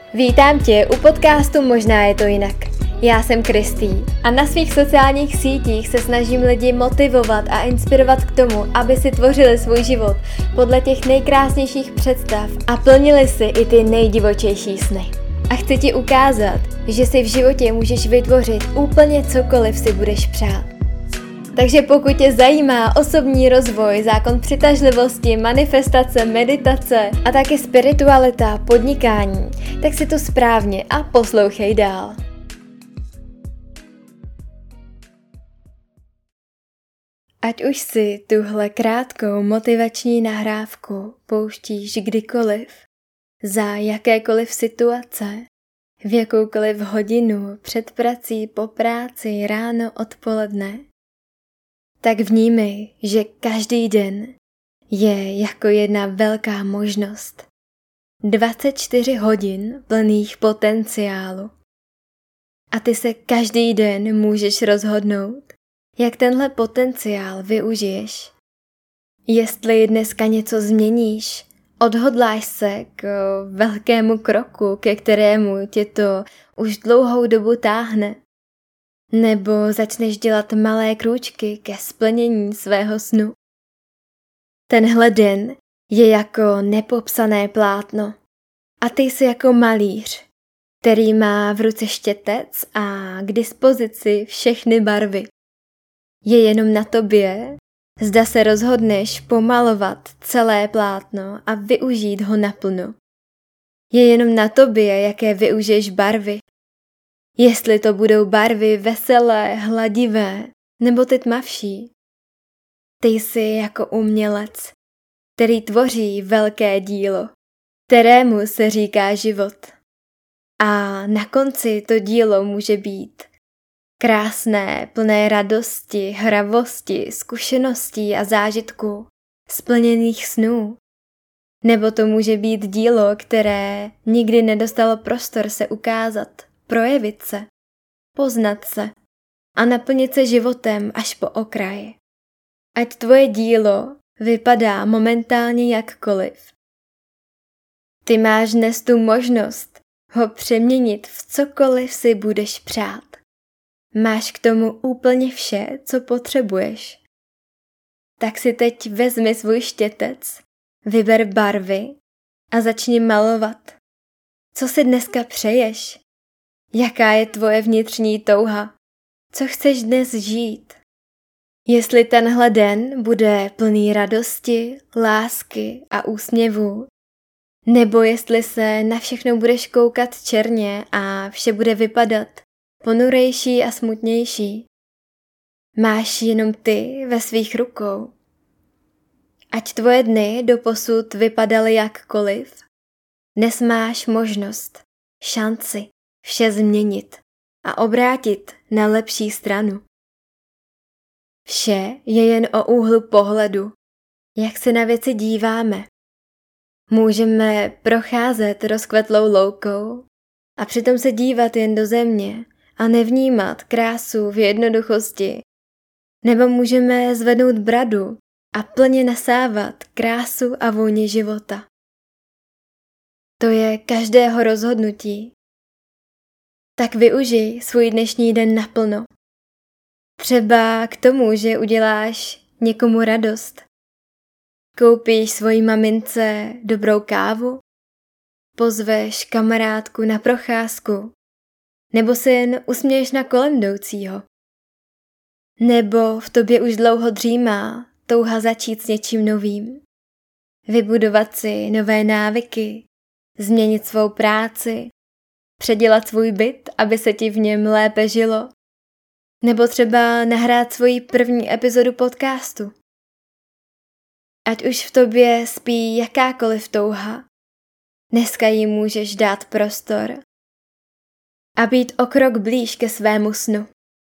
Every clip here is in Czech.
Vítám tě u podcastu Možná je to jinak. Já jsem Kristý a na svých sociálních sítích se snažím lidi motivovat a inspirovat k tomu, aby si tvořili svůj život podle těch nejkrásnějších představ a plnili si i ty nejdivočejší sny. A chci ti ukázat, že si v životě můžeš vytvořit úplně cokoliv si budeš přát. Takže pokud tě zajímá osobní rozvoj, zákon přitažlivosti, manifestace, meditace a taky spiritualita, podnikání, tak si to správně a poslouchej dál. Ať už si tuhle krátkou motivační nahrávku pouštíš kdykoliv, za jakékoliv situace, v jakoukoliv hodinu, před prací, po práci, ráno, odpoledne, tak vnímej, že každý den je jako jedna velká možnost. 24 hodin plných potenciálu. A ty se každý den můžeš rozhodnout, jak tenhle potenciál využiješ. Jestli dneska něco změníš, odhodláš se k velkému kroku, ke kterému tě to už dlouhou dobu táhne, nebo začneš dělat malé krůčky ke splnění svého snu. Tenhle den je jako nepopsané plátno a ty jsi jako malíř, který má v ruce štětec a k dispozici všechny barvy. Je jenom na tobě, zda se rozhodneš pomalovat celé plátno a využít ho naplno. Je jenom na tobě, jaké využiješ barvy. Jestli to budou barvy veselé, hladivé, nebo ty tmavší. Ty jsi jako umělec, který tvoří velké dílo, kterému se říká život. A na konci to dílo může být krásné, plné radosti, hravosti, zkušeností a zážitků, splněných snů. Nebo to může být dílo, které nikdy nedostalo prostor se ukázat, projevit se, poznat se a naplnit se životem až po okraji. Ať tvoje dílo vypadá momentálně jakkoliv. Ty máš dnes tu možnost ho přeměnit v cokoliv si budeš přát. Máš k tomu úplně vše, co potřebuješ. Tak si teď vezmi svůj štětec, vyber barvy a začni malovat. Co si dneska přeješ? Jaká je tvoje vnitřní touha? Co chceš dnes žít? Jestli tenhle den bude plný radosti, lásky a úsměvů, nebo jestli se na všechno budeš koukat černě a vše bude vypadat ponurejší a smutnější. Máš jenom ty ve svých rukou. Ať tvoje dny doposud vypadaly jakkoliv, dnes máš možnost, šanci vše změnit a obrátit na lepší stranu. Vše je jen o úhlu pohledu, jak se na věci díváme. Můžeme procházet rozkvetlou loukou a přitom se dívat jen do země a nevnímat krásu v jednoduchosti. Nebo můžeme zvednout bradu a plně nasávat krásu a vůni života. To je každého rozhodnutí. Tak využij svůj dnešní den naplno. Třeba k tomu, že uděláš někomu radost. Koupíš svojí mamince dobrou kávu, pozveš kamarádku na procházku, nebo se jen usměješ na kolem jdoucího. Nebo v tobě už dlouho dřímá touha začít s něčím novým. Vybudovat si nové návyky, změnit svou práci, předělat svůj byt, aby se ti v něm lépe žilo. Nebo třeba nahrát svoji první epizodu podcastu. Ať už v tobě spí jakákoliv touha, dneska jí můžeš dát prostor a být o krok blíž ke svému snu.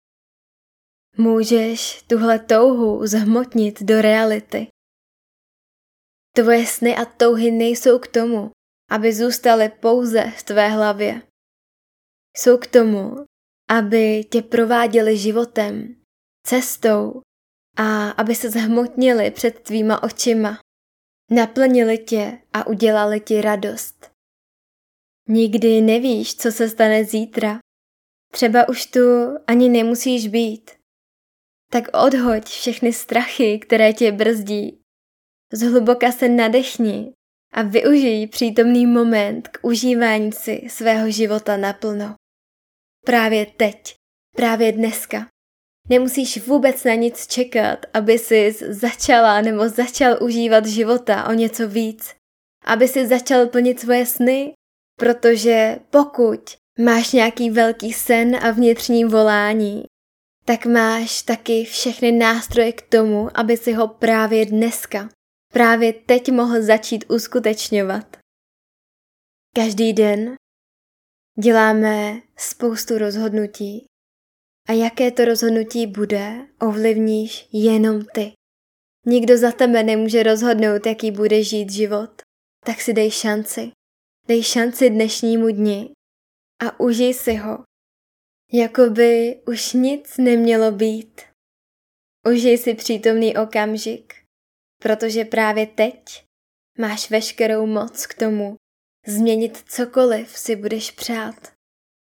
Můžeš tuhle touhu zhmotnit do reality. Tvoje sny a touhy nejsou k tomu, aby zůstaly pouze v tvé hlavě. Jsou k tomu, aby tě prováděli životem, cestou a aby se zhmotnili před tvýma očima. Naplnili tě a udělali ti radost. Nikdy nevíš, co se stane zítra. Třeba už tu ani nemusíš být. Tak odhoď všechny strachy, které tě brzdí. Zhluboka se nadechni a využij přítomný moment k užívání si svého života naplno. Právě teď, právě dneska. Nemusíš vůbec na nic čekat, aby jsi začala nebo začal užívat života o něco víc. Aby jsi začal plnit svoje sny, protože pokud máš nějaký velký sen a vnitřní volání, tak máš taky všechny nástroje k tomu, aby si ho právě dneska, právě teď mohl začít uskutečňovat. Každý den děláme spoustu rozhodnutí a jaké to rozhodnutí bude, ovlivníš jenom ty. Nikdo za tebe nemůže rozhodnout, jaký bude žít život, tak si dej šanci. Dej šanci dnešnímu dni a užij si ho, jako by už nic nemělo být. Užij si přítomný okamžik, protože právě teď máš veškerou moc k tomu změnit cokoliv si budeš přát.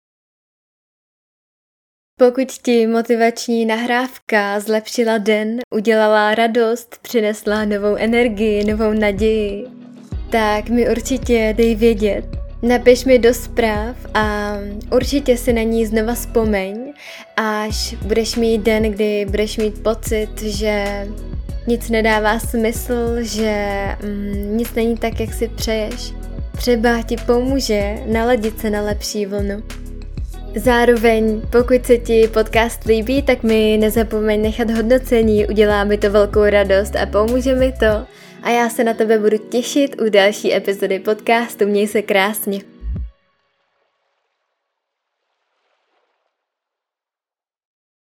Pokud ti motivační nahrávka zlepšila den, udělala radost, přinesla novou energii, novou naději, tak mi určitě dej vědět. Napiš mi do zpráv a určitě si na ní znova vzpomeň, až budeš mít den, kdy budeš mít pocit, že nic nedává smysl, že nic není tak, jak si přeješ. Třeba ti pomůže naladit se na lepší vlnu. Zároveň, pokud se ti podcast líbí, tak mi nezapomeň nechat hodnocení, udělá mi to velkou radost a pomůže mi to. A já se na tebe budu těšit u další epizody podcastu. Měj se krásně.